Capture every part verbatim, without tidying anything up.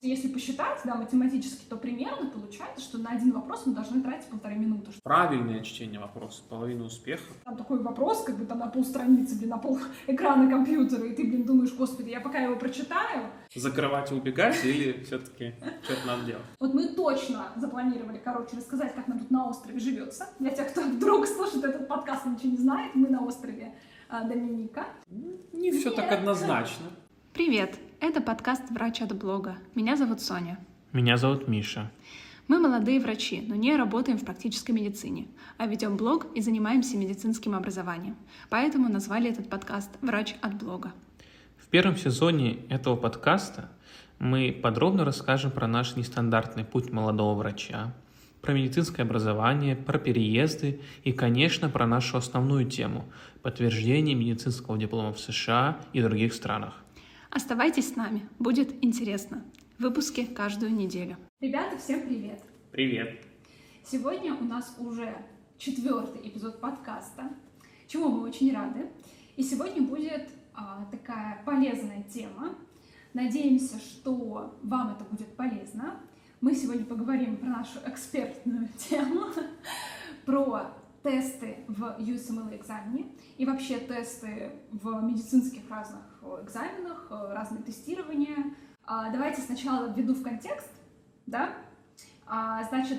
Если посчитать, да, математически, то примерно получается, что на один вопрос мы должны тратить полторы минуты. Правильное чтение вопроса, половина успеха. Там такой вопрос, как бы там на полстраницы, блин, на пол экрана компьютера, и ты, блин, думаешь, господи, я пока его прочитаю. Закрывать и убегать или все-таки что-то надо делать? Вот мы точно запланировали, короче, рассказать, как нам тут на острове живется. Для тех, кто вдруг слушает этот подкаст и ничего не знает, мы на острове а, Доминика. Не все Нет. так однозначно. Привет! Это подкаст «Врач от блога». Меня зовут Соня. Меня зовут Миша. Мы молодые врачи, но не работаем в практической медицине, а ведем блог и занимаемся медицинским образованием. Поэтому назвали этот подкаст «Врач от блога». В первом сезоне этого подкаста мы подробно расскажем про наш нестандартный путь молодого врача, про медицинское образование, про переезды и, конечно, про нашу основную тему – подтверждение медицинского диплома в США и других странах. Оставайтесь с нами, будет интересно. Выпуски каждую неделю. Ребята, всем привет! Привет! Сегодня у нас уже четвертый эпизод подкаста, чему мы очень рады. И сегодня будет а, такая полезная тема. Надеемся, что вам это будет полезно. Мы сегодня поговорим про нашу экспертную тему, про тесты в ю эс эм эл экзамене и вообще тесты в медицинских разных экзаменах, разные тестирования. Давайте сначала введу в контекст, да? Значит,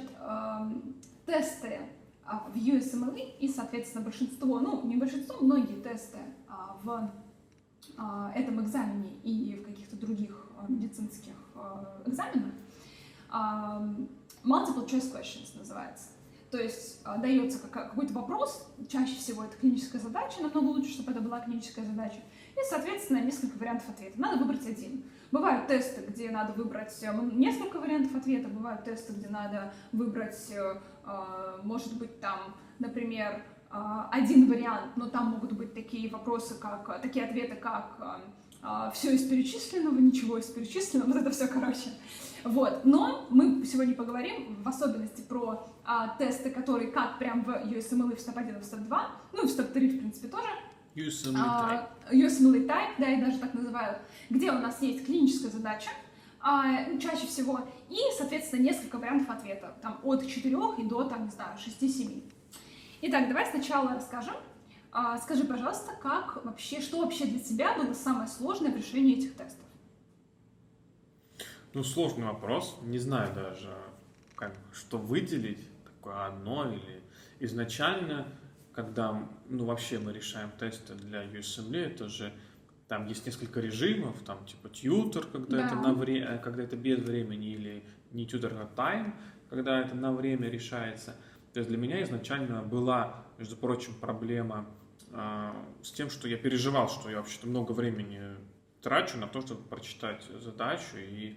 тесты в ю эс эм эл и, соответственно, большинство, ну, не большинство, многие тесты в этом экзамене и в каких-то других медицинских экзаменах multiple choice questions называется. То есть э, дается какой-то вопрос, чаще всего это клиническая задача, намного лучше, чтобы это была клиническая задача, и, соответственно, несколько вариантов ответа. Надо выбрать один. Бывают тесты, где надо выбрать несколько вариантов ответа, бывают тесты, где надо выбрать, э, может быть, там, например, э, один вариант, но там могут быть такие вопросы, как, такие ответы, как э, все из перечисленного, ничего из перечисленного, вот это все, короче. Вот. Но мы сегодня поговорим в особенности про а, тесты, которые как прям в ю эс эм эл и в стоп один и в стоп два, ну и в стоп три, в принципе, тоже. ю эс эм эл Type. ю эс эм эл Type, да, и даже так называют, где у нас есть клиническая задача, а, чаще всего, и, соответственно, несколько вариантов ответа, там, от четырёх и до, там, не знаю, шести-семи. Итак, давай сначала расскажем. А, скажи, пожалуйста, как вообще, что вообще для тебя было самое сложное в решении этих тестов? Ну, сложный вопрос. Не знаю даже, как, что выделить, такое одно или изначально, когда, ну, вообще мы решаем тесты для ю эс эм эл, это же, там есть несколько режимов, там, типа, тьютор, когда, да. это, на вре- когда это без времени, или не тьютор, а тайм, когда это на время решается. То есть для меня изначально была, между прочим, проблема э, с тем, что я переживал, что я вообще-то много времени трачу на то, чтобы прочитать задачу и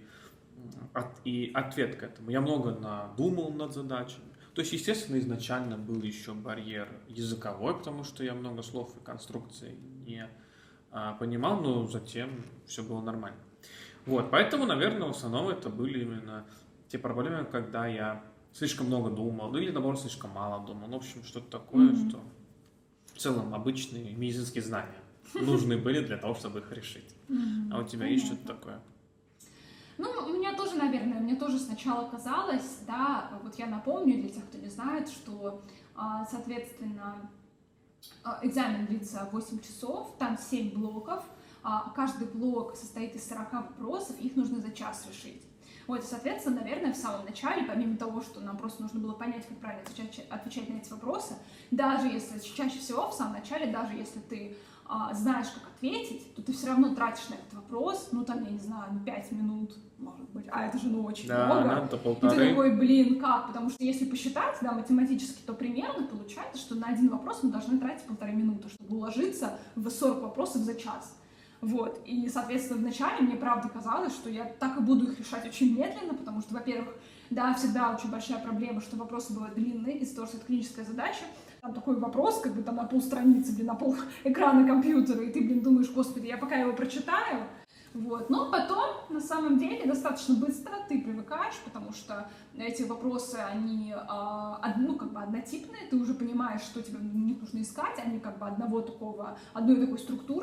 и ответ к этому. Я много надумал над задачами. То есть, естественно, изначально был еще барьер языковой, потому что я много слов и конструкций не а, понимал, но затем все было нормально. Вот, поэтому, наверное, в основном это были именно те проблемы, когда я слишком много думал, или, наоборот, слишком мало думал. В общем, что-то такое, mm-hmm. что в целом обычные медицинские знания нужны были для того, чтобы их решить. Mm-hmm. А у тебя есть что-то такое? Ну, у меня тоже, наверное, мне тоже сначала казалось, да, вот я напомню для тех, кто не знает, что, соответственно, экзамен длится восемь часов, там семь блоков, каждый блок состоит из сорока вопросов, их нужно за час решить. Вот, и, соответственно, наверное, в самом начале, помимо того, что нам просто нужно было понять, как правильно отвечать, отвечать на эти вопросы, даже если, чаще всего в самом начале, даже если ты а, знаешь, как ответить, то ты все равно тратишь на этот вопрос, ну, там, я не знаю, ну, пять минут, может быть, а это же, ну, очень да, много. надо полторы. И ты такой, блин, как? Потому что если посчитать, да, математически, то примерно получается, что на один вопрос мы должны тратить полторы минуты, чтобы уложиться в сорок вопросов за час. Вот, и, соответственно, вначале мне правда казалось, что я так и буду их решать очень медленно, потому что, во-первых, да, всегда очень большая проблема, что вопросы бывают длинные, из-за того, что это клиническая задача, там такой вопрос, как бы там на полстраницы, блин, на пол экрана компьютера, и ты, блин, думаешь, господи, я пока его прочитаю, вот, но потом, на самом деле, достаточно быстро ты привыкаешь, потому что эти вопросы, они, ну, как бы однотипные, ты уже понимаешь, что тебе в них нужно искать, они как бы одного такого, одной такой структуры,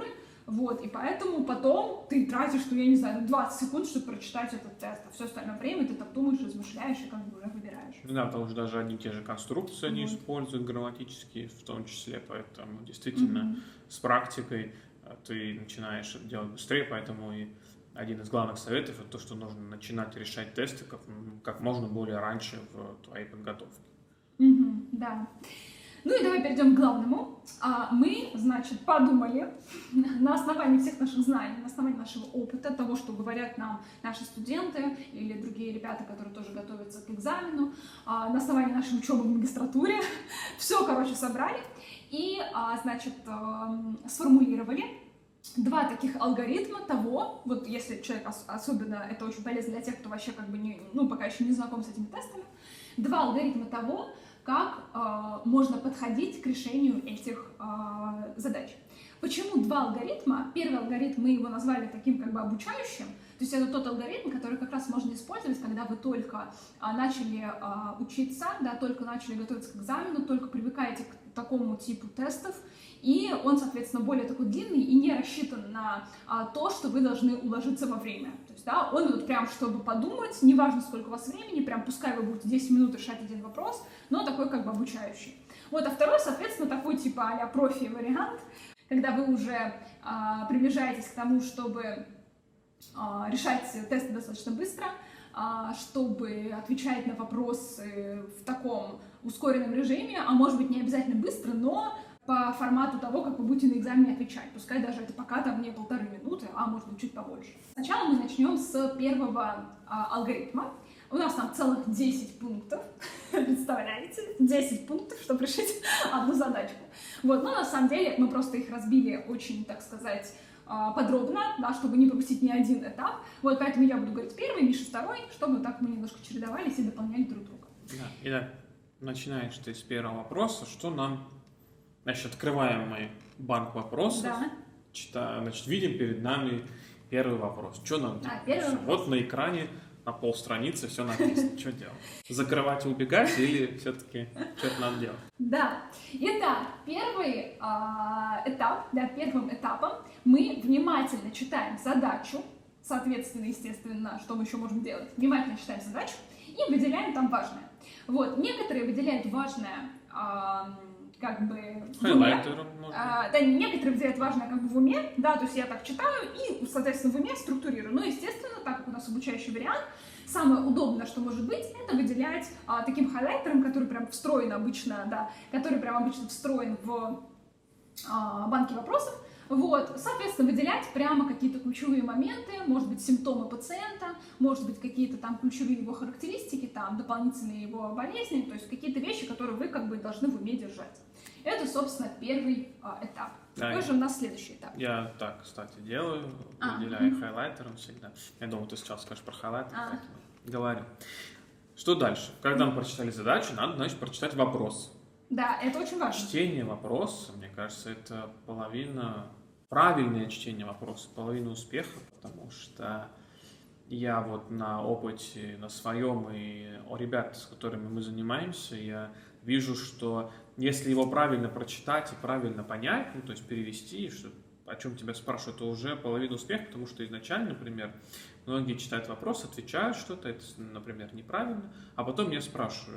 Вот, и поэтому потом ты тратишь, ну, я не знаю, двадцать секунд, чтобы прочитать этот тест, а все остальное время ты так думаешь, размышляешь и как бы уже выбираешь. Да, потому что даже одни и те же конструкции они Вот. используют, грамматические в том числе, поэтому действительно mm-hmm. с практикой ты начинаешь это делать быстрее, поэтому и один из главных советов — это то, что нужно начинать решать тесты как, как можно более раньше в твоей подготовке. Mm-hmm, да. Ну и давай перейдем к главному. Мы, значит, подумали на основании всех наших знаний, на основании нашего опыта, того, что говорят нам наши студенты или другие ребята, которые тоже готовятся к экзамену, на основании нашей учебы в магистратуре. Все, короче, собрали и, значит, сформулировали два таких алгоритма того, вот если человек, особенно это очень полезно для тех, кто вообще как бы не, ну, пока еще не знаком с этими тестами, два алгоритма того, как э, можно подходить к решению этих э, задач. Почему два алгоритма? Первый алгоритм, мы его назвали таким как бы обучающим, то есть это тот алгоритм, который как раз можно использовать, когда вы только э, начали э, учиться, да, только начали готовиться к экзамену, только привыкаете к такому типу тестов, и он, соответственно, более такой длинный и не рассчитан на а, то, что вы должны уложиться во время. То есть, да, он вот прям, чтобы подумать, неважно, сколько у вас времени, прям пускай вы будете десять минут решать один вопрос, но такой как бы обучающий. Вот, а второй, соответственно, такой типа а-ля профи вариант, когда вы уже а, приближаетесь к тому, чтобы а, решать тесты достаточно быстро, а, чтобы отвечать на вопросы в таком ускоренном режиме, а может быть не обязательно быстро, но по формату того, как вы будете на экзамене отвечать. Пускай даже это пока там не полторы минуты, а может быть чуть побольше. Сначала мы начнем с первого а, алгоритма. У нас там целых десять пунктов, представляете? десять пунктов, чтобы решить одну задачку. Вот, но на самом деле мы просто их разбили очень, так сказать, подробно, да, чтобы не пропустить ни один этап. Вот, поэтому я буду говорить первый, Миша второй, чтобы так мы немножко чередовались и дополняли друг друга. Да, и да, начинаешь ты с первого вопроса, что нам... Значит, открываем мы банк вопросов, да. читаем, значит, видим перед нами первый вопрос. Что нам делать? А, первый вопрос. Вот на экране на полстраницы все написано. Что делать? Закрывать и убегать или все-таки что-то надо делать? Да. Итак, первый а, этап, да, первым этапом мы внимательно читаем задачу, соответственно, естественно, что мы еще можем делать. Внимательно читаем задачу и выделяем там важное. Вот, некоторые выделяют важное а, как бы в уме. А, да, некоторые выделяют важное как бы в уме, да, то есть я так читаю и, соответственно, в уме структурирую. Но, естественно, так как у нас обучающий вариант, самое удобное, что может быть, это выделять а, таким хайлайтером, который прям встроен обычно, да, который прям обычно встроен в а, банке вопросов. Вот, соответственно, выделять прямо какие-то ключевые моменты, может быть, симптомы пациента, может быть, какие-то там ключевые его характеристики, там, дополнительные его болезни, то есть какие-то вещи, которые вы как бы должны в уме держать. Это, собственно, первый а, этап. Да, Какой же у нас следующий этап? Я так, кстати, делаю, а, выделяю угу. хайлайтером всегда. Я думал, ты сейчас скажешь про хайлайтер, а. поэтому говорю. Что дальше? Когда мы прочитали задачу, надо, значит, прочитать вопрос. Да, это очень важно. Чтение вопроса, мне кажется, это половина, правильное чтение вопроса, половина успеха, потому что я вот на опыте, на своем и у ребят, с которыми мы занимаемся, я вижу, что если его правильно прочитать и правильно понять, ну, то есть перевести, что, о чем тебя спрашивают, то уже половина успеха, потому что изначально, например, многие читают вопрос, отвечают что-то, это, например, неправильно, а потом я спрашиваю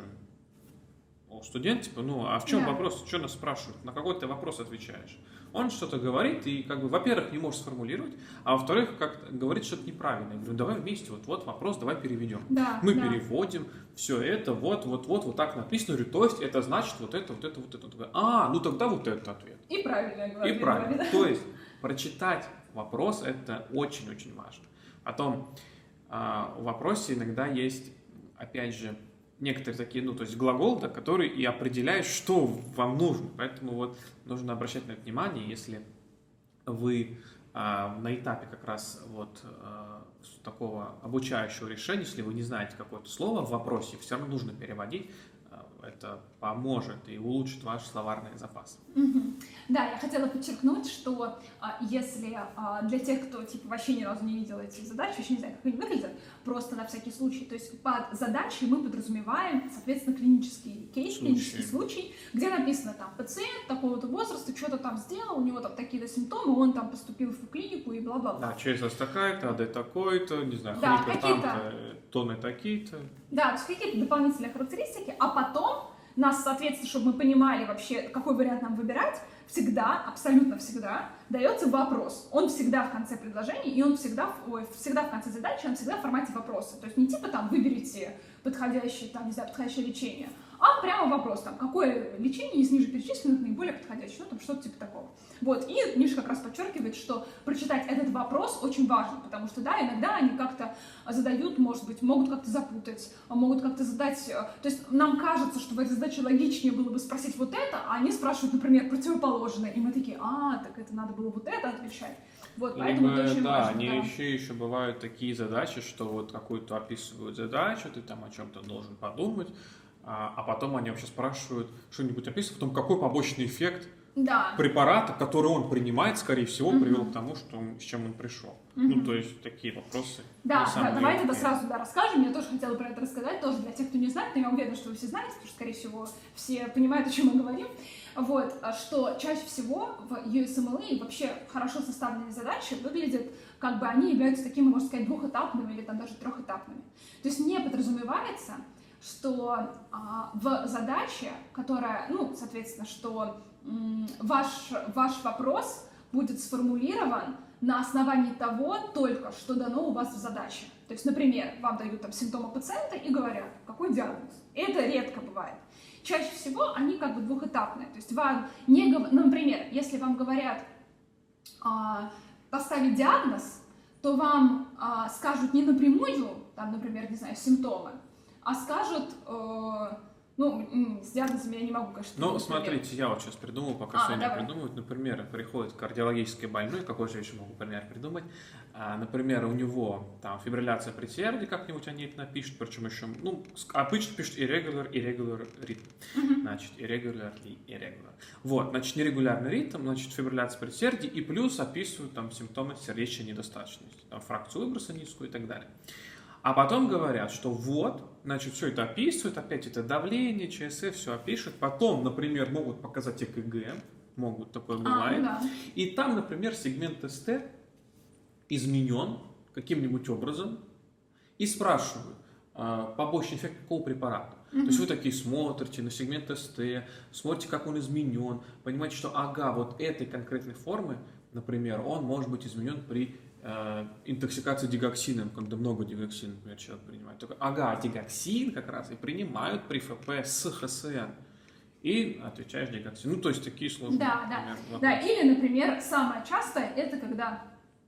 у студента, типа, ну, а в чем да. вопрос, что нас спрашивают, на какой ты вопрос отвечаешь? Он что-то говорит и, как бы, во-первых, не может сформулировать, а во-вторых, как говорит что-то неправильно. Я говорю, давай вместе, вот, вот вопрос, давай переведем. Да, Мы да. переводим все это, вот, вот, вот, вот так написано. Я говорю, то есть это значит вот это, вот это, вот это. Говорю, а, ну тогда вот этот ответ. И правильно говорю. И правильно. То есть прочитать вопрос – это очень-очень важно. Потом в вопросе иногда есть, опять же, некоторые такие, ну, то есть глагол, да, который и определяет, что вам нужно. Поэтому вот нужно обращать на это внимание, если вы а, на этапе как раз вот а, такого обучающего решения, если вы не знаете какое-то слово в вопросе, все равно нужно переводить. А, это поможет и улучшит ваш словарный запас. Угу. Да, я хотела подчеркнуть, что а, если а, для тех, кто типа вообще ни разу не видел эти задачи, вообще не знаю, как они выглядят, просто на всякий случай, то есть под задачей мы подразумеваем, соответственно, клинический кейс, Случай. клинический случай, где написано там пациент такого-то возраста, что-то там сделал, у него там такие-то симптомы, он там поступил в клинику и бла-бла-бла. Да, ЧСС такая-то, АД такой-то, не знаю, Да, хрипы какие-то- там-то, тоны такие-то. Да, то есть какие-то дополнительные характеристики, а потом нас, соответственно, чтобы мы понимали вообще, какой вариант нам выбирать, всегда, абсолютно всегда дается вопрос. Он всегда в конце предложения, и он всегда, в- ой, всегда в конце задачи, он всегда в формате вопроса. То есть не типа там выберите подходящее, там, не знаю, подходящее лечение, а прямо вопрос, там, какое лечение из ниже перечисленных наиболее подходящее, ну, там, что-то типа такого. Вот, и Миша как раз подчеркивает, что прочитать этот вопрос очень важно, потому что, да, иногда они как-то задают, может быть, могут как-то запутать, могут как-то задать, э, то есть нам кажется, что в этой задаче логичнее было бы спросить вот это, а они спрашивают, например, противоположное, и мы такие, а, так это надо было вот это отвечать. Вот, поэтому Либо, это очень да, важно. они да. еще, еще бывают такие задачи, что вот какую-то описывают задачу, ты там о чем-то должен подумать, а, а потом они вообще спрашивают что-нибудь описывают, потом какой побочный эффект Да. препарата, который он принимает, скорее всего, Мгм. привел к тому, что, он- с чем он пришел. Мгм. Ну, то есть такие вопросы. Да, не да, самые давайте это легкие. сразу да, расскажем. Я тоже хотела про это рассказать, тоже для тех, кто не знает, но я уверена, что вы все знаете, потому что, скорее всего, все понимают, о чем мы говорим. Вот, а что чаще всего в ю эс эм эл и вообще хорошо составленные задачи выглядят, как бы они являются такими, можно сказать, двухэтапными или там даже трехэтапными. То есть не подразумевается, что а, в задаче, которая, ну, соответственно, что м, ваш, ваш вопрос будет сформулирован на основании того только, что дано у вас в задаче. То есть, например, вам дают там симптомы пациента и говорят, какой диагноз. И это редко бывает. Чаще всего они как бы двухэтапные. То есть вам не гов... ну, например, если вам говорят а, поставить диагноз, то вам а, скажут не напрямую, там, например, не знаю, симптомы, а скажут, э, ну, м, с диагнозом я не могу, конечно. Ну, привести пример. смотрите, я вот сейчас придумал, пока А, Соня давай. придумывает. Например, приходит кардиологический больной, какой же я еще могу пример придумать. А, например, у него там фибрилляция предсердий, как-нибудь они это напишут, причем еще, ну, с- обычно пишут irregular, irregular ритм. Мгм. Значит, irregular и irregular. Вот, значит, нерегулярный ритм, значит, фибрилляция предсердий, и плюс описывают там симптомы сердечной недостаточности, там фракцию выброса низкую и так далее. А потом говорят, что вот, значит, все это описывают, опять это давление, ЧСФ, все опишут. Потом, например, могут показать ЭКГ, могут, такое А, бывает. ну да. И там, например, сегмент СТ изменен каким-нибудь образом и спрашивают, а, побочный эффект какого препарата. То есть вы такие смотрите на сегмент СТ, смотрите, как он изменен, понимаете, что ага, вот этой конкретной формы, например, он может быть изменен при э, интоксикации дигоксином, когда много дигоксина, например, человек принимает. Только, ага, дигоксин как раз и принимают при ФП с ХСН. И отвечаешь дигоксин. Ну, то есть такие сложные, Да, например, да. вопросы. Да, или, например, самое частое, это когда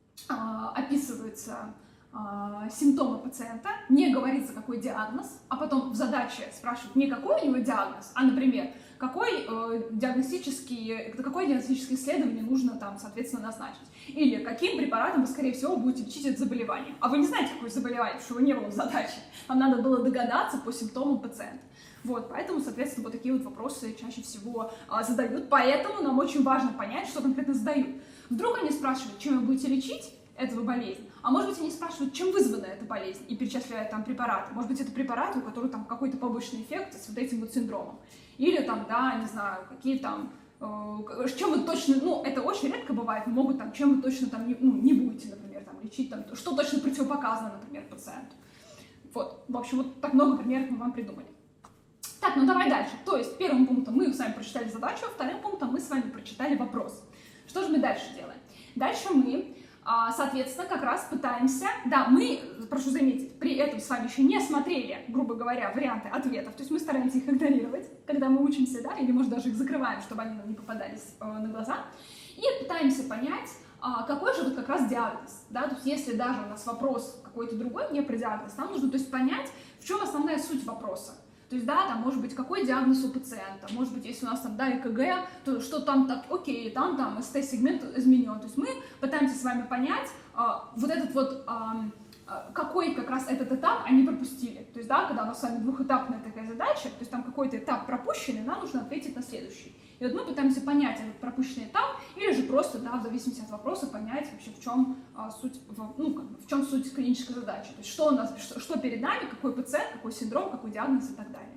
а, описываются а, симптомы пациента, не говорится, какой диагноз, а потом в задаче спрашивают не какой у него диагноз, а, например, какой, э, диагностический, какое диагностическое исследование нужно там, соответственно, назначить. Или каким препаратом вы, скорее всего, будете лечить это заболевание. А вы не знаете, какое заболевание, потому что его не было в задаче. Вам надо было догадаться по симптомам пациента. Вот, поэтому, соответственно, вот такие вот вопросы чаще всего а, задают. Поэтому нам очень важно понять, что конкретно задают. Вдруг они спрашивают, чем вы будете лечить эту болезнь, а может быть, они спрашивают, чем вызвана эта болезнь, и перечисляют там препараты. Может быть, это препараты, у которых там какой-то побочный эффект с вот этим вот синдромом. Или там, да, не знаю, какие там, э, чем вы точно, ну, это очень редко бывает, могут там, чем вы точно там не, ну, не будете, например, там, лечить, там, что точно противопоказано, например, пациенту. Вот, в общем, вот так много примеров мы вам придумали. Так, ну давай дальше. То есть, первым пунктом мы с вами прочитали задачу, вторым пунктом мы с вами прочитали вопрос. Что же мы дальше делаем? Дальше мы, соответственно, как раз пытаемся... Да, мы, прошу заметить, при этом с вами еще не смотрели, грубо говоря, варианты ответов. То есть мы стараемся их игнорировать, когда мы учимся, да, или, может, даже их закрываем, чтобы они нам не попадались на глаза. И пытаемся понять, какой же вот как раз диагноз. Да? То есть если даже у нас вопрос какой-то другой, не про диагноз, нам нужно, то есть, понять, в чем основная суть вопроса. То есть, да, там, может быть, какой диагноз у пациента, может быть, если у нас там, да, ЭКГ, то что там так, окей, там, там, СТ-сегмент изменен. То есть мы пытаемся с вами понять а, вот этот вот, а, какой как раз этот этап они пропустили. То есть, да, когда у нас с вами двухэтапная такая задача, то есть там какой-то этап пропущенный, нам нужно ответить на следующий. И вот мы пытаемся понять этот пропущенный этап, или же просто, да, в зависимости от вопроса, понять вообще, в чем а, суть, в, ну, как бы, в чем суть клинической задачи. То есть что у нас, что, что перед нами, какой пациент, какой синдром, какой диагноз и так далее.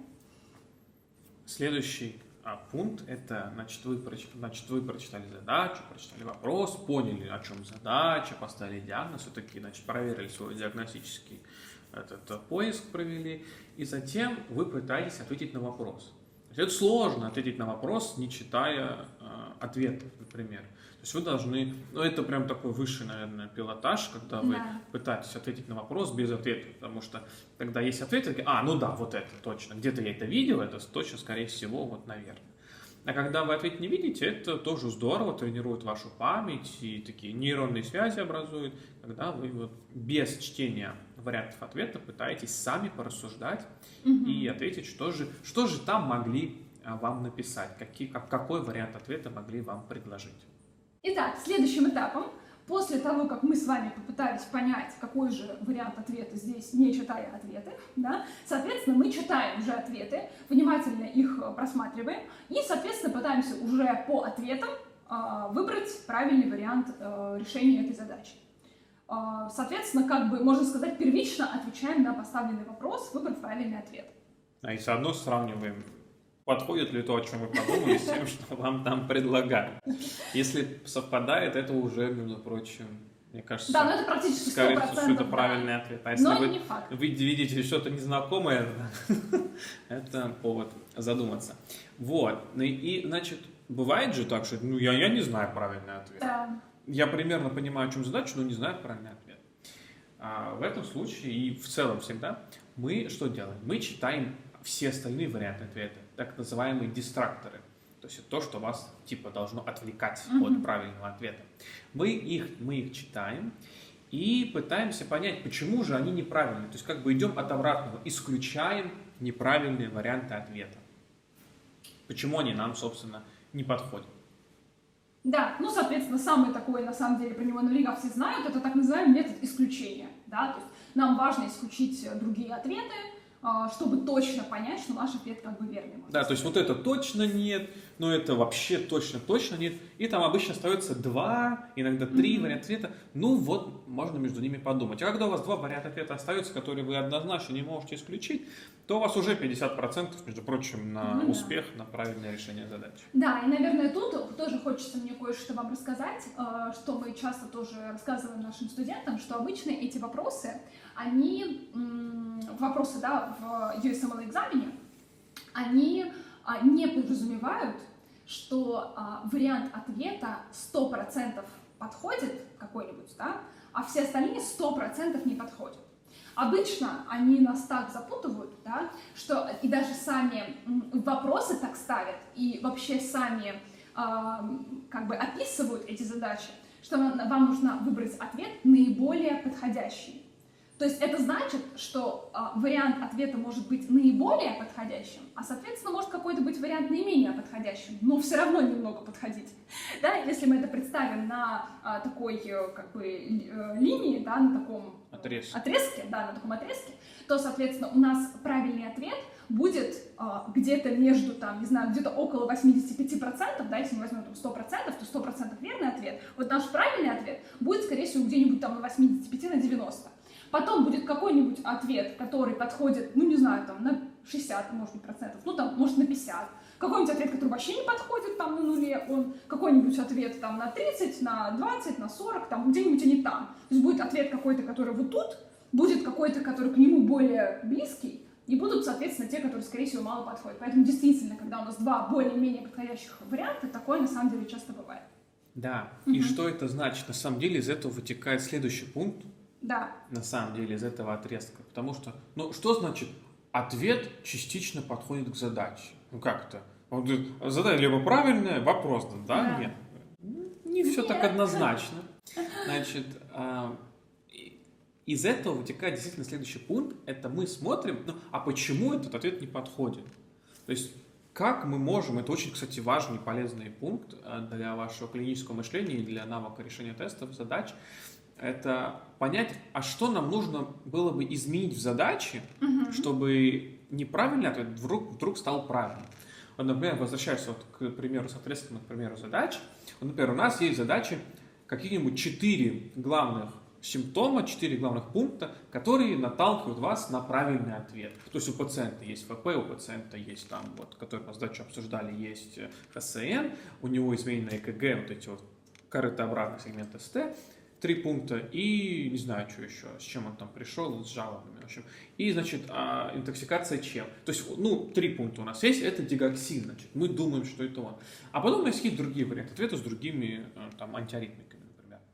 Следующий а, пункт – это, значит вы, значит, вы прочитали задачу, прочитали вопрос, поняли, о чем задача, поставили диагноз, все-таки, значит, проверили свой диагностический этот поиск, провели, и затем вы пытаетесь ответить на вопрос. То есть это сложно ответить на вопрос, не читая э, ответов, например. То есть вы должны, ну это прям такой высший, наверное, пилотаж, когда вы Да. пытаетесь ответить на вопрос без ответа, потому что когда есть ответы, такие, а, ну да, вот это точно, где-то я это видел, это точно, скорее всего, вот, наверное. А когда вы ответ не видите, это тоже здорово, тренирует вашу память и такие нейронные связи образует, когда вы вот без чтения вариантов ответа пытаетесь сами порассуждать Мгм. и ответить, что же, что же там могли а, вам написать, какие, как, какой вариант ответа могли вам предложить. Итак, следующим этапом, после того, как мы с вами попытались понять, какой же вариант ответа здесь, не читая ответы, да, соответственно, мы читаем уже ответы, внимательно их э, просматриваем и, соответственно, пытаемся уже по ответам э, выбрать правильный вариант э, решения этой задачи. Э, соответственно, как бы, можно сказать, первично отвечаем на поставленный вопрос, выбрав правильный ответ. А и заодно сравниваем, подходит ли то, о чем вы подумали, с тем, что вам там предлагают. Если совпадает, это уже, между прочим, мне кажется, Да, но это практически сто скорее процентов. всего, это да. правильный ответ. А если Но вы не факт. вы видите что-то незнакомое, это повод задуматься. Вот. Ну и, значит, бывает же так, что ну, я, я не знаю правильный ответ. Да. Я примерно понимаю, о чем задача, но не знаю правильный ответ. А в этом случае и в целом всегда мы что делаем? Мы читаем все остальные варианты ответа, так называемые дистракторы. То есть это то, что вас типа должно отвлекать Мгм. от правильного ответа. Мы их, мы их читаем и пытаемся понять, почему же они неправильные. То есть как бы идем от обратного, исключаем неправильные варианты ответа. Почему они нам, собственно, не подходят. Да, ну, соответственно, самый такой, на самом деле, про него наверняка все знают, это так называемый метод исключения, да, то есть нам важно исключить другие ответы, а, чтобы точно понять, что наш ответ как бы верный. можно Да, то есть вот это точно нет, но это вообще точно-точно нет. И там обычно остается два, иногда три Мгм. варианта ответа. Ну вот, можно между ними подумать. А когда у вас два варианта ответа остаются, которые вы однозначно не можете исключить, то у вас уже пятьдесят процентов, между прочим, на Ну да. успех, на правильное решение задачи. Да, и, наверное, тут тоже хочется мне кое-что вам рассказать, э, что мы часто тоже рассказываем нашим студентам, что обычно эти вопросы, они, м, вопросы, да, в ю эс эм эл экзамене, они а, не подразумевают, что а, вариант ответа сто процентов подходит какой-нибудь, да, а все остальные сто процентов не подходят. Обычно они нас так запутывают, да, что и даже сами м, вопросы так ставят, и вообще сами а, как бы описывают эти задачи, что вам, вам нужно выбрать ответ наиболее подходящий. То есть это значит, что а, вариант ответа может быть наиболее подходящим, а, соответственно, может какой-то быть вариант наименее подходящим, но все равно немного подходить. Да, если мы это представим на а, такой э, как бы ли- э, линии, да, на таком Отрезок. отрезке, да, на таком отрезке, то, соответственно, у нас правильный ответ будет а, где-то между, там, не знаю, где-то около восемьдесят пять процентов, да, если мы возьмем там сто процентов, то сто процентов верный ответ. Вот наш правильный ответ будет, скорее всего, где-нибудь там на восемьдесят пять на девяносто. Потом будет какой-нибудь ответ, который подходит, ну, не знаю, там, на шестьдесят, может быть, процентов, ну, там, может, на пятьдесят. Какой-нибудь ответ, который вообще не подходит, там, на нуле, он, какой-нибудь ответ, там, на тридцать, на двадцать, на сорок, там, где-нибудь они там. То есть будет ответ какой-то, который вот тут, будет какой-то, который к нему более близкий, и будут, соответственно, те, которые, скорее всего, мало подходят. Поэтому, действительно, когда у нас два более-менее подходящих варианта, такое, на самом деле, часто бывает. Да. Мгм. И что это значит? На самом деле из этого вытекает следующий пункт, Да. на самом деле, из этого отрезка. Потому что, ну, что значит ответ частично подходит к задаче? Ну, как это? Вот, э, задание либо правильное, вопрос, да, Да. нет. Не все так Нет. однозначно. Значит, а, и- из этого вытекает действительно следующий пункт. Это мы смотрим, ну, а почему этот ответ не подходит? То есть, как мы можем, это очень, кстати, важный и полезный пункт а, для вашего клинического мышления и для навыка решения тестов, задач, это понять, а что нам нужно было бы изменить в задаче, Мгм. чтобы неправильный ответ вдруг, вдруг стал правильным. Вот, например, возвращаясь вот к примеру, соответственно, к примеру задач. Вот, например, у нас есть задачи, какие-нибудь четыре главных симптома, четыре главных пункта, которые наталкивают вас на правильный ответ. То есть у пациента есть ФП, у пациента есть там, вот, который мы сдачу обсуждали, есть ХСН, у него измененное ЭКГ, вот эти вот корытообразный сегмент СТ, три пункта и не знаю, что еще, с чем он там пришел, с жалобами, в общем. И, значит, а, интоксикация чем? То есть, ну, три пункта у нас есть, это дигоксин, значит, мы думаем, что это он. А потом есть какие-то другие варианты ответа с другими там антиаритмиками.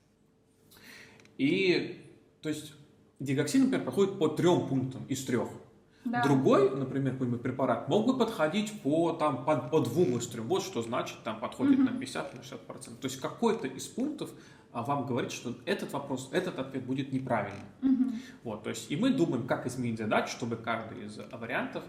И, то есть, дигоксин, например, проходит по трем пунктам из трех. Да. Другой, например, какой-нибудь препарат мог бы подходить по, там, по, по двум из трех. Вот что значит, там подходит mm-hmm. на пятьдесят на шестьдесят процентов. То есть, какой-то из пунктов а, вам говорит, что этот вопрос, этот ответ будет неправильным. Mm-hmm. Вот, то есть, и мы думаем, как изменить задачу, чтобы каждый из вариантов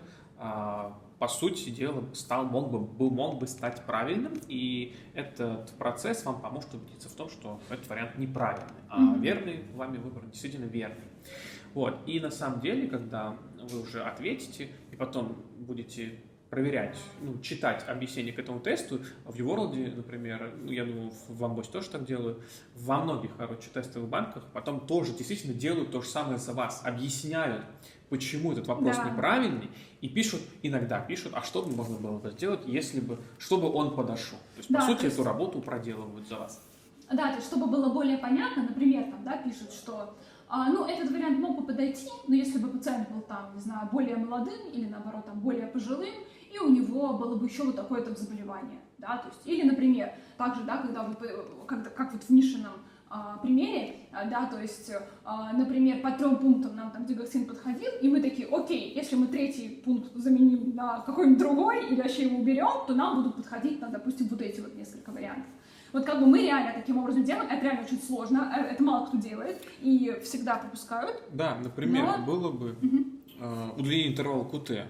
а, по сути дела, стал, мог, бы, мог бы стать правильным, и этот процесс вам поможет убедиться в том, что этот вариант неправильный, а mm-hmm. верный вами выбор действительно верный. Вот. И на самом деле, когда вы уже ответите, и потом будете проверять, ну, читать объяснение к этому тесту, в YouWorld, например, ну, я думаю, в Амбосе тоже так делаю, во многих, короче, тестовых банках потом тоже действительно делают то же самое за вас, объясняют, почему этот вопрос да. неправильный, и пишут, иногда пишут, а что бы можно было бы сделать, если бы, чтобы он подошел. То есть, да, по сути, есть... эту работу проделывают за вас. Да, то есть, чтобы было более понятно, например, там, да, пишут, что а, ну, этот вариант мог бы подойти, но если бы пациент был там, не знаю, более молодым или, наоборот, там, более пожилым, и у него было бы еще вот такое-то заболевание, да, то есть, или, например, также, да, когда вы, как, как вот в Мишином а, примере, а, да, то есть, а, например, по трем пунктам нам там дигоксин подходил, и мы такие, окей, если мы третий пункт заменим на какой-нибудь другой, или вообще его уберем, то нам будут подходить, ну, допустим, вот эти вот несколько вариантов. Вот как бы мы реально таким образом делаем, это реально очень сложно, это мало кто делает, и всегда пропускают. Да, например, но... было бы угу. э, удлинение интервала КУТ,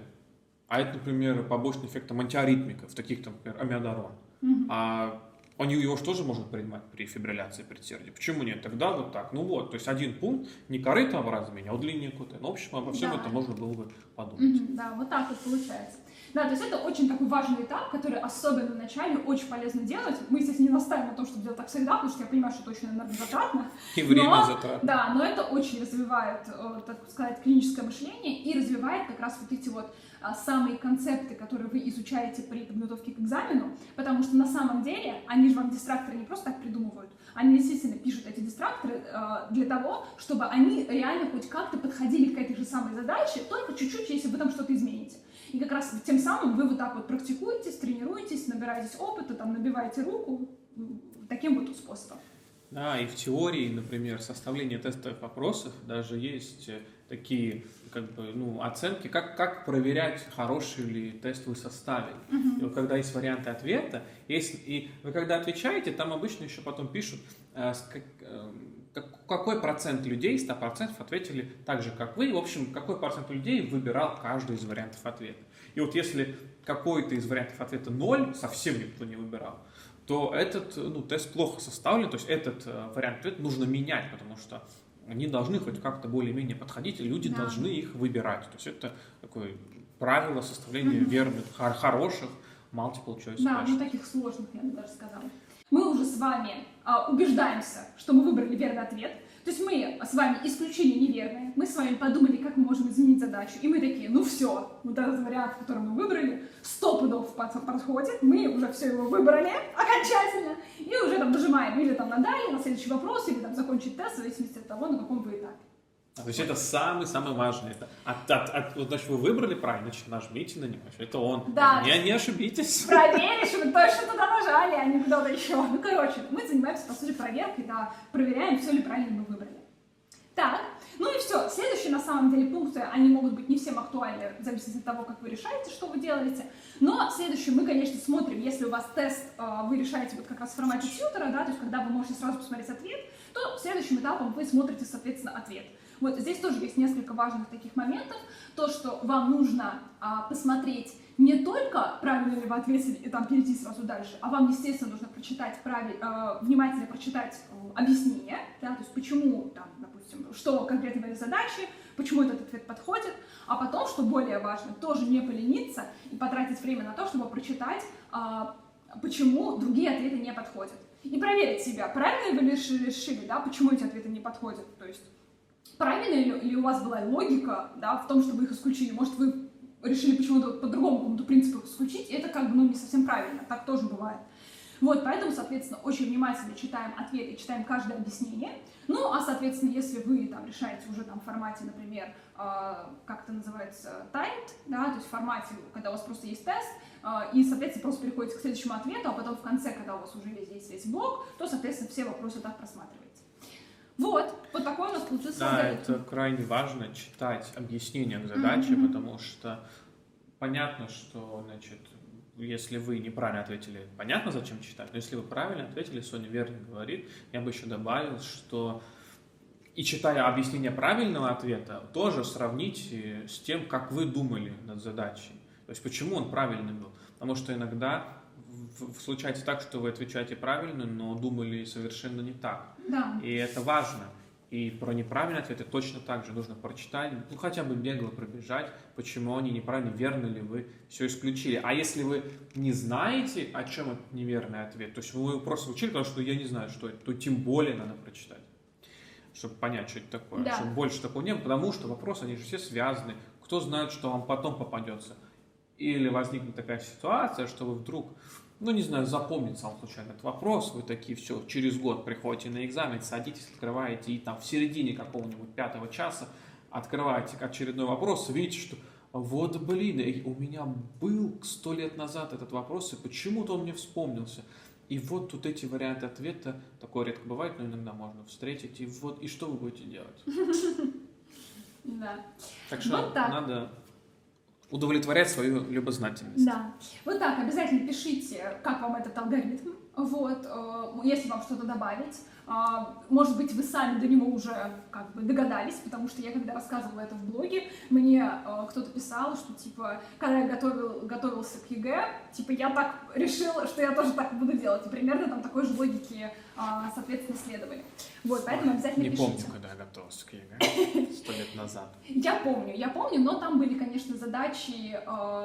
а это, например, побочный эффект антиаритмиков, таких, там, например, амиодарон. Угу. А они его же тоже можно принимать при фибрилляции предсердия. Почему нет? Тогда вот так. Ну вот, то есть один пункт, не корытообразование, а удлинение КУТ. Ну, в общем, обо всем да. это можно было бы подумать. Угу, да, вот так вот получается. Да, то есть это очень такой важный этап, который особенно в начале очень полезно делать. Мы, естественно, не настаиваем на том, чтобы делать так всегда, потому что я понимаю, что это очень энергозатратно. И время затратно. Да, но это очень развивает, так сказать, клиническое мышление и развивает как раз вот эти вот самые концепты, которые вы изучаете при подготовке к экзамену, потому что на самом деле они же вам дистракторы не просто так придумывают, они действительно пишут эти дистракторы для того, чтобы они реально хоть как-то подходили к этой же самой задаче, только чуть-чуть, если вы там что-то измените. И как раз тем самым вы вот так вот практикуетесь, тренируетесь, набираетесь опыта, там, набиваете руку таким вот способом. Да, и в теории, например, составление тестовых вопросов даже есть такие как бы, ну, оценки, как, как проверять, хороший ли тест вы составили. Uh-huh. И вот когда есть варианты ответа, есть, и вы когда отвечаете, там обычно еще потом пишут, э, как, э, как, какой процент людей, сто процентов ответили так же, как вы. В общем, какой процент людей выбирал каждый из вариантов ответа. И вот если какой-то из вариантов ответа ноль, совсем никто не выбирал, то этот, ну, тест плохо составлен, то есть этот э, вариант ответа нужно менять, потому что они должны хоть как-то более-менее подходить, и люди да. должны их выбирать. То есть это такое правило составления mm-hmm. верных, хор- хороших multiple choice Да, ну таких сложных, я бы даже сказала. Мы уже с вами а, убеждаемся, что мы выбрали верный ответ. То есть мы с вами исключили неверное, мы с вами подумали, как мы можем изменить задачу, и мы такие, ну все, вот этот вариант, который мы выбрали, сто пудов подходит, мы уже все его выбрали окончательно, и уже там нажимаем или там на далее, на следующий вопрос, или там закончить тест, в зависимости от того, на каком вы этапе. А, то есть это самый-самый важный. От, от, от, вот, значит, вы выбрали правильно, значит, нажмите на него. Это он. Да. Не, не ошибитесь. Проверить, что вы точно туда нажали, а не куда-то еще. Ну, короче, мы занимаемся, по сути, проверкой, да, проверяем, все ли правильно мы выбрали. Так, ну и все. Следующие, на самом деле, пункты, они могут быть не всем актуальны, в зависимости от того, как вы решаете, что вы делаете. Но следующее мы, конечно, смотрим, если у вас тест вы решаете вот как раз в формате тьютера, да, то есть когда вы можете сразу посмотреть ответ, то следующим этапом вы смотрите, соответственно, ответ. Вот здесь тоже есть несколько важных таких моментов. То, что вам нужно а, посмотреть не только, правильно ли вы ответили, и там перейти сразу дальше, а вам, естественно, нужно прочитать, прави, а, внимательно прочитать а, объяснение, да, то есть почему, там, допустим, что конкретно в этой задаче, почему этот ответ подходит, а потом, что более важно, тоже не полениться и потратить время на то, чтобы прочитать, почему другие ответы не подходят. И проверить себя, правильно вы решили, да, почему эти ответы не подходят. То есть, правильно ли у вас была логика, да, в том, чтобы их исключили. Может, вы решили почему-то по другому какому-то принципу их исключить, и это как бы, ну, не совсем правильно, так тоже бывает. Вот, поэтому, соответственно, очень внимательно читаем ответы, читаем каждое объяснение. Ну, а, соответственно, если вы там решаете уже там в формате, например, э, как это называется, timed, да, то есть в формате, когда у вас просто есть тест, э, и, соответственно, просто переходите к следующему ответу, а потом в конце, когда у вас уже весь есть весь блок, то, соответственно, все вопросы так просматриваете. Вот, вот такой у нас получился Да, алгоритм. это крайне важно читать объяснения к задаче, mm-hmm. потому что понятно, что, значит, если вы неправильно ответили, понятно, зачем читать, но если вы правильно ответили, Соня верно говорит, я бы еще добавил, что и читая объяснение правильного ответа, тоже сравните с тем, как вы думали над задачей. То есть, почему он правильный был. Потому что иногда случается так, что вы отвечаете правильно, но думали совершенно не так. Да. И это важно. И про неправильные ответы точно так же нужно прочитать, ну хотя бы бегло пробежать, почему они неправильно, верно ли вы все исключили. А если вы не знаете, о чем этот неверный ответ, то есть вы просто учили, потому что я не знаю, что это, то тем более надо прочитать, чтобы понять, что это такое, да. чтобы больше такого не было, потому что вопросы, они же все связаны. Кто знает, что вам потом попадется. Или возникнет такая ситуация, что вы вдруг, ну, не знаю, запомнится вам случайно этот вопрос, вы такие, все, через год приходите на экзамен, садитесь, открываете, и там в середине какого-нибудь пятого часа открываете очередной вопрос, видите, что вот, блин, у меня был сто лет назад этот вопрос, и почему-то он мне вспомнился. И вот тут эти варианты ответа, такое редко бывает, но иногда можно встретить, и вот, и что вы будете делать? Да. Так что надо удовлетворять свою любознательность. Да. Вот так, обязательно пишите, как вам этот алгоритм, вот, если вам что-то добавить. Может быть, вы сами до него уже как бы догадались, потому что я, когда рассказывала это в блоге, мне кто-то писал, что, типа, когда я готовил, готовился к ЕГЭ, типа, я так решила, что я тоже так буду делать. И примерно там такой же логики, соответственно, следовали. Вот, поэтому обязательно не пишите. Не помню, когда я готовился к ЕГЭ, сто лет назад. Я помню, я помню, но там были, конечно, задачи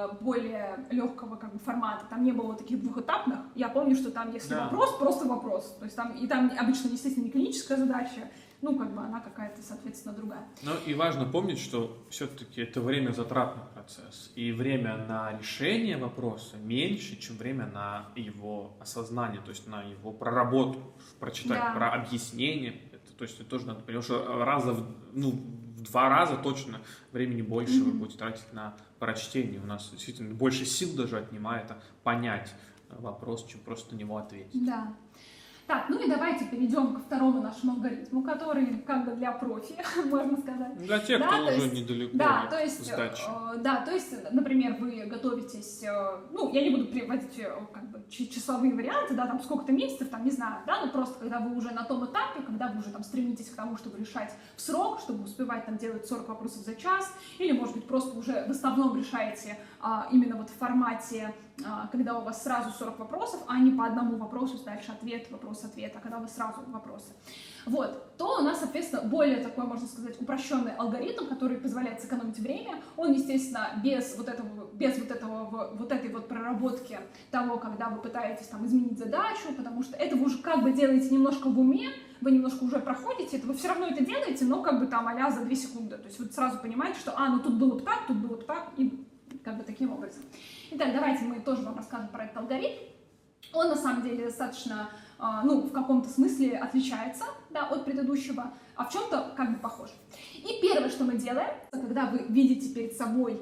более легкого как бы формата. Там не было таких двухэтапных. Я помню, что там, если да. вопрос, просто вопрос. То есть там, и там обычно, естественно, не клиническая задача, ну, как бы она какая-то, соответственно, другая. Ну, и важно помнить, что все-таки это время затратный процесс. И время на решение вопроса меньше, чем время на его осознание, то есть на его проработку, прочитать, да. про объяснение. Это, то есть это тоже надо понимать, что раза в, ну, в два раза точно времени больше mm-hmm. вы будете тратить на прочтение. У нас действительно больше сил даже отнимает понять вопрос, чем просто на него ответить. Да. Так, ну и давайте перейдем ко второму нашему алгоритму, который как бы для профи, можно сказать. Для тех, да, кто уже есть, недалеко да, то есть, сдачи. Э, да, то есть, например, вы готовитесь, э, ну, я не буду приводить э, как бы числовые варианты, да, там сколько-то месяцев, там, не знаю, да, но просто когда вы уже на том этапе, когда вы уже там стремитесь к тому, чтобы решать в срок, чтобы успевать там делать сорок вопросов за час, или, может быть, просто уже в основном решаете а, именно вот в формате, а, когда у вас сразу сорок вопросов, а не по одному вопросу, дальше ответ, вопрос, ответ, а когда у вас сразу вопросы. Вот, то у нас, соответственно, более такой, можно сказать, упрощенный алгоритм, который позволяет сэкономить время. Он, естественно, без вот этого, без вот этого, вот этой вот проработки того, когда вы пытаетесь там изменить задачу, потому что это вы уже как бы делаете немножко в уме, вы немножко уже проходите, это вы все равно это делаете, но как бы там а-ля за две секунды. То есть вы сразу понимаете, что, а, ну тут было бы так, тут было бы так, и как бы таким образом. Итак, давайте мы тоже вам расскажем про этот алгоритм. Он на самом деле достаточно, ну, в каком-то смысле отличается, да, от предыдущего, а в чем-то как бы похож. И первое, что мы делаем, когда вы видите перед собой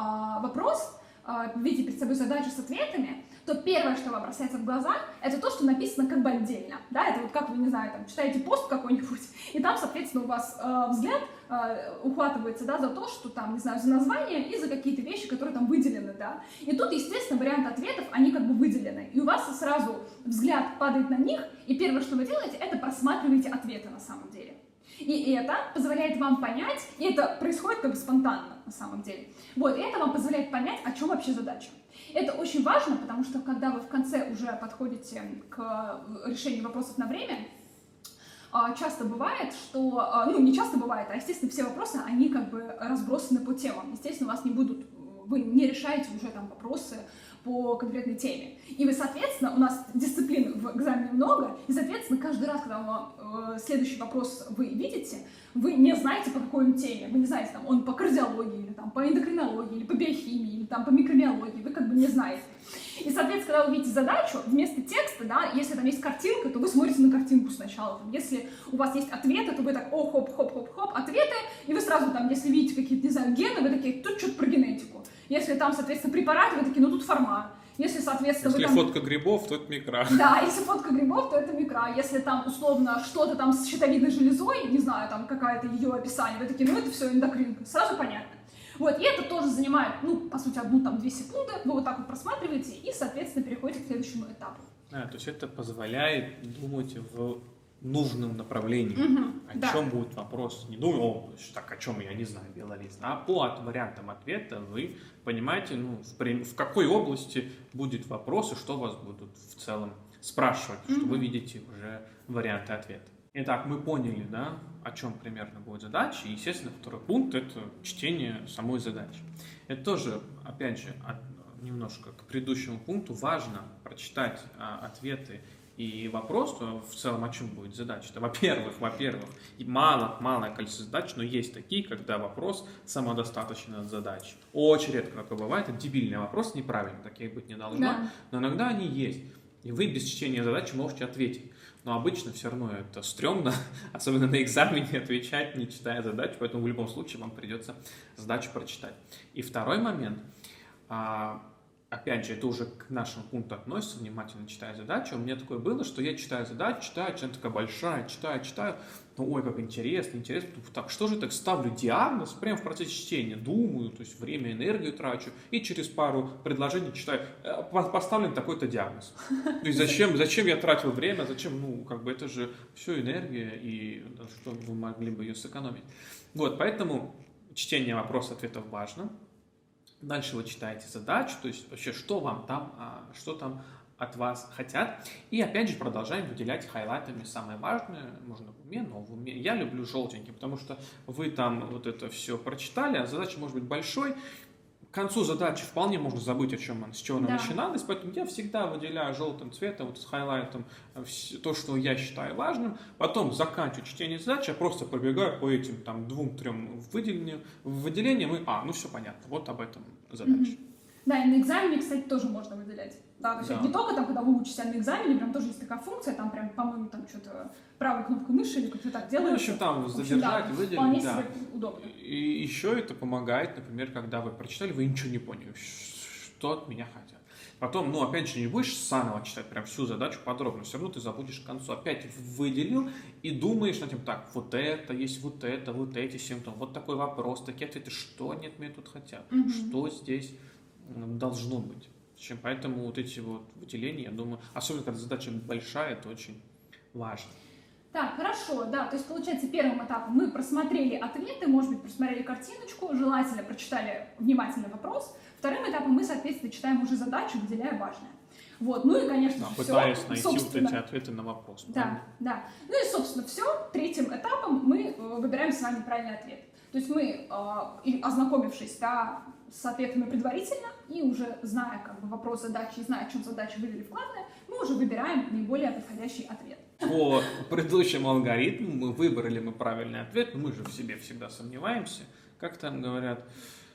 вопрос, видите перед собой задачу с ответами, то первое, что вам бросается в глаза, это то, что написано как бы отдельно. Да? Это вот как вы, не знаю, там, читаете пост какой-нибудь, и там, соответственно, у вас э, взгляд э, ухватывается, да, за то, что там, не знаю, за название и за какие-то вещи, которые там выделены, да. И тут, естественно, варианты ответов, они как бы выделены. И у вас сразу взгляд падает на них, и первое, что вы делаете, это просматриваете ответы на самом деле. И это позволяет вам понять, и это происходит как бы спонтанно на самом деле. Вот, и это вам позволяет понять, о чем вообще задача. Это очень важно, потому что когда вы в конце уже подходите к решению вопросов на время, а, часто бывает, что, а, ну, не часто бывает, а, естественно, все вопросы, они как бы разбросаны по темам. Естественно, у вас не будут, вы не решаете уже там вопросы по конкретной теме. И вы, соответственно, у нас дисциплин в экзамене много, и, соответственно, каждый раз, когда вам, э, следующий вопрос вы видите, вы не знаете, по какой он теме. Вы не знаете, там, он по кардиологии, или там, по эндокринологии, или по биохимии, или там, по микробиологии. Вы как бы не знаете. И, соответственно, когда вы видите задачу, вместо текста, да, если там есть картинка, то вы смотрите на картинку сначала. Там, если у вас есть ответы, то вы так, о, хоп-хоп-хоп-хоп, ответы, и вы сразу там, если видите какие-то, не знаю, гены, вы такие, тут что-то про генетику. Если там, соответственно, препараты, вы такие, ну тут форма. Если, соответственно, если вы там... фотка грибов, то это микро. Да, если фотка грибов, то это микро. Если там, условно, что-то там с щитовидной железой, не знаю, там какая-то ее описание, вы такие, ну это все эндокринка, сразу понятно. Вот, и это тоже занимает, ну, по сути, одну-две секунды, вы вот так вот просматриваете и, соответственно, переходите к следующему этапу. Да, то есть это позволяет думать в нужном направлении. Угу, о да. чем будет вопрос. Не думаю, о, так, о чем я не знаю, биололист. А по от вариантам ответа вы понимаете, ну, в, в какой области будет вопрос и что вас будут в целом спрашивать, mm-hmm. что вы видите уже варианты ответа. Итак, мы поняли, да, о чем примерно будет задача. И, естественно, второй пункт – это чтение самой задачи. Это тоже, опять же, от, немножко к предыдущему пункту важно прочитать а, ответы и вопрос, в целом, о чем будет задача. Это, во-первых, во-первых, и мало, малое количество задач, но есть такие, когда вопрос самодостаточен от задачи. Очень редко такое бывает, это дебильный вопрос, неправильно, таких быть не должно, да. но иногда они есть. И вы без чтения задачи можете ответить. Но обычно все равно это стрёмно, особенно на экзамене, отвечать, не читая задачу, поэтому в любом случае вам придется задачу прочитать. И второй момент, опять же, это уже к нашему пункту относится, внимательно читая задачу. У меня такое было, что я читаю задачу, читаю, она такая большая, читаю, читаю, ну, ой, как интересно, интересно, так, что же так, ставлю диагноз, прямо в процессе чтения, думаю, то есть время, энергию трачу, и через пару предложений читаю, поставлен такой-то диагноз. То есть зачем, зачем я тратил время, зачем, ну, как бы это же все энергия, и что вы могли бы ее сэкономить. Вот, поэтому чтение вопросов-ответов важно. Дальше вы читаете задачу, то есть вообще, что вам там, что там от вас хотят. И опять же продолжаем выделять хайлайтами самое важное, можно в уме, но в уме. Я люблю желтенький, потому что вы там вот это все прочитали, а задача может быть большой. К концу задачи вполне можно забыть, о чем она, с чего она да. начиналась, поэтому я всегда выделяю желтым цветом, вот с хайлайтом то, что я считаю важным. Потом заканчиваю чтение задачи, я просто пробегаю по этим там двум-трем выделениям, выделениям и, а, ну все понятно, вот об этом задача. Mm-hmm. Да, и на экзамене, кстати, тоже можно выделять. Да, то есть да. не только там, когда вы учитесь, а на экзамене, прям тоже есть такая функция, там прям, по-моему, там что-то правой кнопкой мыши или как-то так делаешь. Ну, в общем, там задержать, да, выделить. Вполне да. себе удобно. И еще это помогает, например, когда вы прочитали, вы ничего не поняли, что от меня хотят. Потом, ну, опять же, не будешь заново читать прям всю задачу подробно, все равно ты забудешь к концу. Опять выделил и думаешь над тем, так, вот это, есть вот это, вот эти симптомы, вот такой вопрос, такие ответы, что они от меня тут хотят, mm-hmm. что здесь должно быть. Поэтому вот эти вот выделения, я думаю, особенно когда задача большая, это очень важно. Так, хорошо, да, то есть получается первым этапом мы просмотрели ответы, может быть, просмотрели картиночку, желательно прочитали внимательно вопрос. Вторым этапом мы, соответственно, читаем уже задачу, выделяя важное. Вот, ну и, конечно, да, все, пытаясь найти собственно, вот эти ответы на вопрос. Да, правильно? да. Ну и, собственно, все. Третьим этапом мы выбираем с вами правильный ответ. То есть мы, ознакомившись, да, с ответами предварительно и уже зная как бы вопрос задачи и зная, о чем задача выделили вкладное, мы уже выбираем наиболее подходящий ответ. По предыдущему алгоритму мы выбрали мы правильный ответ, но мы же в себе всегда сомневаемся. Как там говорят,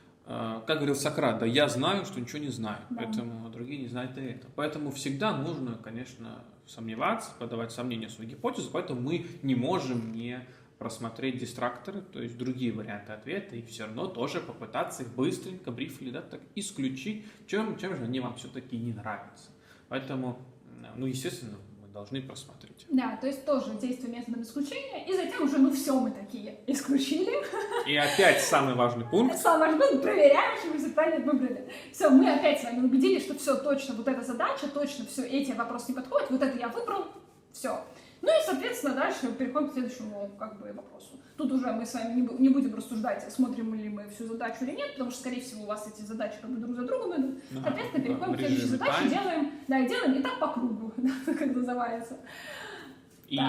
э, как говорил Сократ, да, я знаю, что ничего не знаю, да. Поэтому другие не знают и это. Поэтому всегда нужно, конечно, сомневаться, подавать сомнения в свою гипотезу, поэтому мы не можем не просмотреть дистракторы, то есть другие варианты ответа, и все равно тоже попытаться их быстренько, брифли, да, так исключить, чем, чем же они вам все-таки не нравятся. Поэтому, ну, естественно, мы должны просмотреть. Да, то есть тоже действие методом исключения, и затем уже, ну, все мы такие исключили. И опять самый важный пункт. Самый важный пункт, проверяем, что мы все правильно выбрали. Все, мы опять с вами убедились, что все точно, вот эта задача, точно все, эти вопросы не подходят, вот это я выбрал, все. Ну и, соответственно, дальше переходим к следующему как бы, вопросу. Тут уже мы с вами не будем рассуждать, смотрим ли мы всю задачу или нет, потому что, скорее всего, у вас эти задачи как бы друг за другом идут. Да, соответственно, переходим к следующей задаче, делаем, да, и делаем и так по кругу, как называется. И да.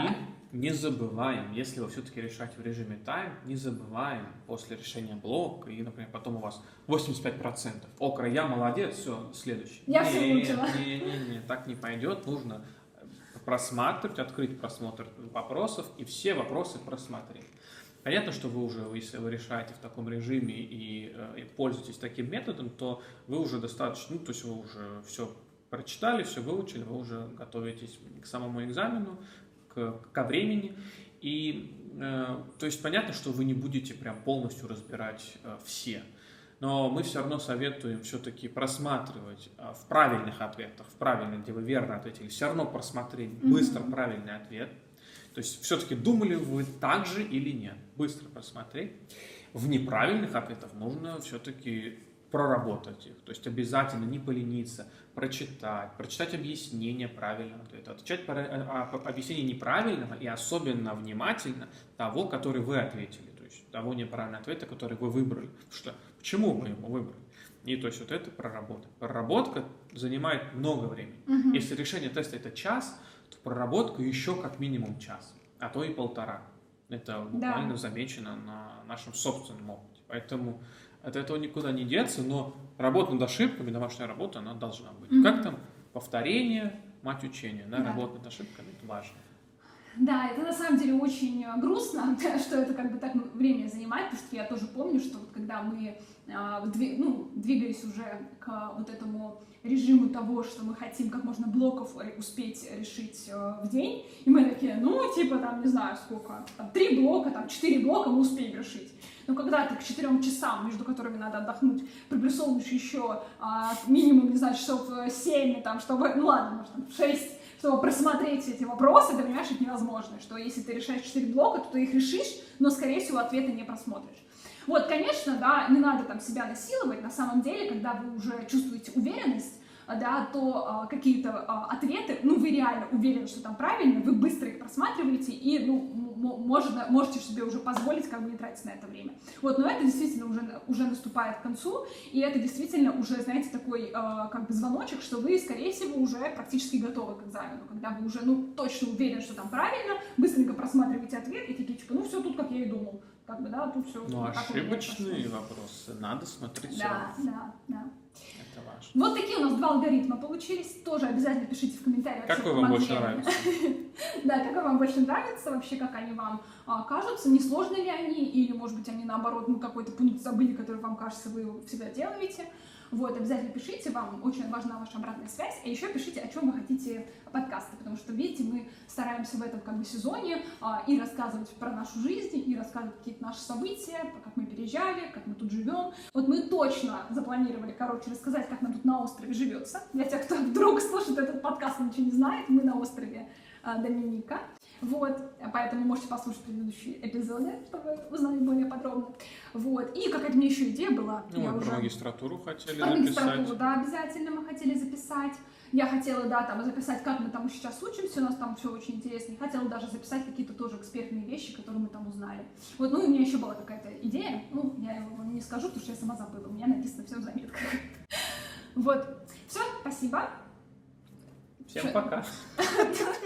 не забываем, если вы все-таки решаете в режиме тайм, не забываем после решения блока, и, например, потом у вас восемьдесят пять процентов. Окра, я молодец, все, следующий. Я не, все выучила. Не, не, не, так не пойдет, нужно просматривать, открыть просмотр вопросов и все вопросы просмотреть. Понятно, что вы уже, если вы решаете в таком режиме и, и пользуетесь таким методом, то вы уже достаточно, ну, то есть вы уже все прочитали, все выучили, вы уже готовитесь к самому экзамену, к, ко времени. И, э, то есть понятно, что вы не будете прям полностью разбирать э, все. Но мы все равно советуем все-таки просматривать э, в правильных ответах, в правильных, где вы верно ответили, все равно просмотреть быстро mm-hmm. правильный ответ. То есть все-таки думали вы так же или нет. Быстро просмотреть. В неправильных ответах нужно все-таки проработать их. То есть обязательно не полениться, прочитать, прочитать объяснение правильного ответа, отвечать по объяснению неправильного и особенно внимательно того, который вы ответили. То есть того неправильного ответа, который вы выбрали. Что, почему вы его выбрали? И то есть вот это проработка. Проработка занимает много времени. Mm-hmm. Если решение теста это час, то проработка еще как минимум час, а то и полтора. Это буквально да. замечено на нашем собственном опыте. Поэтому от этого никуда не деться, но работа над ошибками, домашняя работа, она должна быть. Mm-hmm. Как там? Повторение, мать учения. Да? Да. Работа над ошибками – это важно. Да, это на самом деле очень грустно, что это как бы так время занимает, потому что я тоже помню, что вот когда мы ну, двигались уже к вот этому режиму того, что мы хотим как можно блоков успеть решить в день, и мы такие, ну, типа, там, не знаю, сколько, там, три блока, там, четыре блока мы успеем решить. Но когда ты к четырем часам, между которыми надо отдохнуть, приплюсовываешь еще а, минимум, не знаю, часов семь, там, чтобы, ну ладно, может, там, шесть, чтобы просмотреть все эти вопросы, ты понимаешь, это невозможно, что если ты решаешь четыре блока, то ты их решишь, но, скорее всего, ответы не просмотришь. Вот, конечно, да, не надо там себя насиловать, на самом деле, когда вы уже чувствуете уверенность, да, то а, какие-то а, ответы, ну, вы реально уверены, что там правильно, вы быстро их просматриваете и, ну, можно, можете себе уже позволить как бы не тратить на это время. Вот, но это действительно уже, уже наступает к концу, и это действительно уже, знаете, такой а, как бы звоночек, что вы, скорее всего, уже практически готовы к экзамену, когда вы уже, ну, точно уверены, что там правильно, быстренько просматриваете ответ и такие, типа, ну, все тут, как я и думал. Как бы, да, тут все. Ну, ошибочные вопросы надо смотреть все да, равно. Да, да, Это важно. Вот такие у нас два алгоритма получились. Тоже обязательно пишите в комментариях. Какой вам больше нравится? Да, какой вам больше нравится, вообще, как они вам кажутся, несложны ли они, или, может быть, они, наоборот, ну, какой-то пункт забыли, который вам кажется, вы всегда делаете. Вот, обязательно пишите, вам очень важна ваша обратная связь, а еще пишите, о чем вы хотите подкасты, потому что, видите, мы стараемся в этом как бы сезоне а, и рассказывать про нашу жизнь, и рассказывать какие-то наши события, как мы переезжали, как мы тут живем. Вот мы точно запланировали, короче, рассказать, как нам тут на острове живется. Для тех, кто вдруг слушает этот подкаст и ничего не знает, мы на острове а, Доминика. Вот, поэтому можете послушать предыдущие эпизоды, чтобы узнали более подробно. Вот, и какая-то мне еще идея была. Ну, я мы уже... про магистратуру хотели про записать. магистратуру, да, обязательно мы хотели записать. Я хотела, да, там записать, как мы там сейчас учимся, у нас там все очень интересно. И хотела даже записать какие-то тоже экспертные вещи, которые мы там узнали. Вот, ну, у меня еще была какая-то идея, ну, я его вам не скажу, потому что я сама забыла, у меня написано все в заметках. Вот, все, спасибо. Всем пока.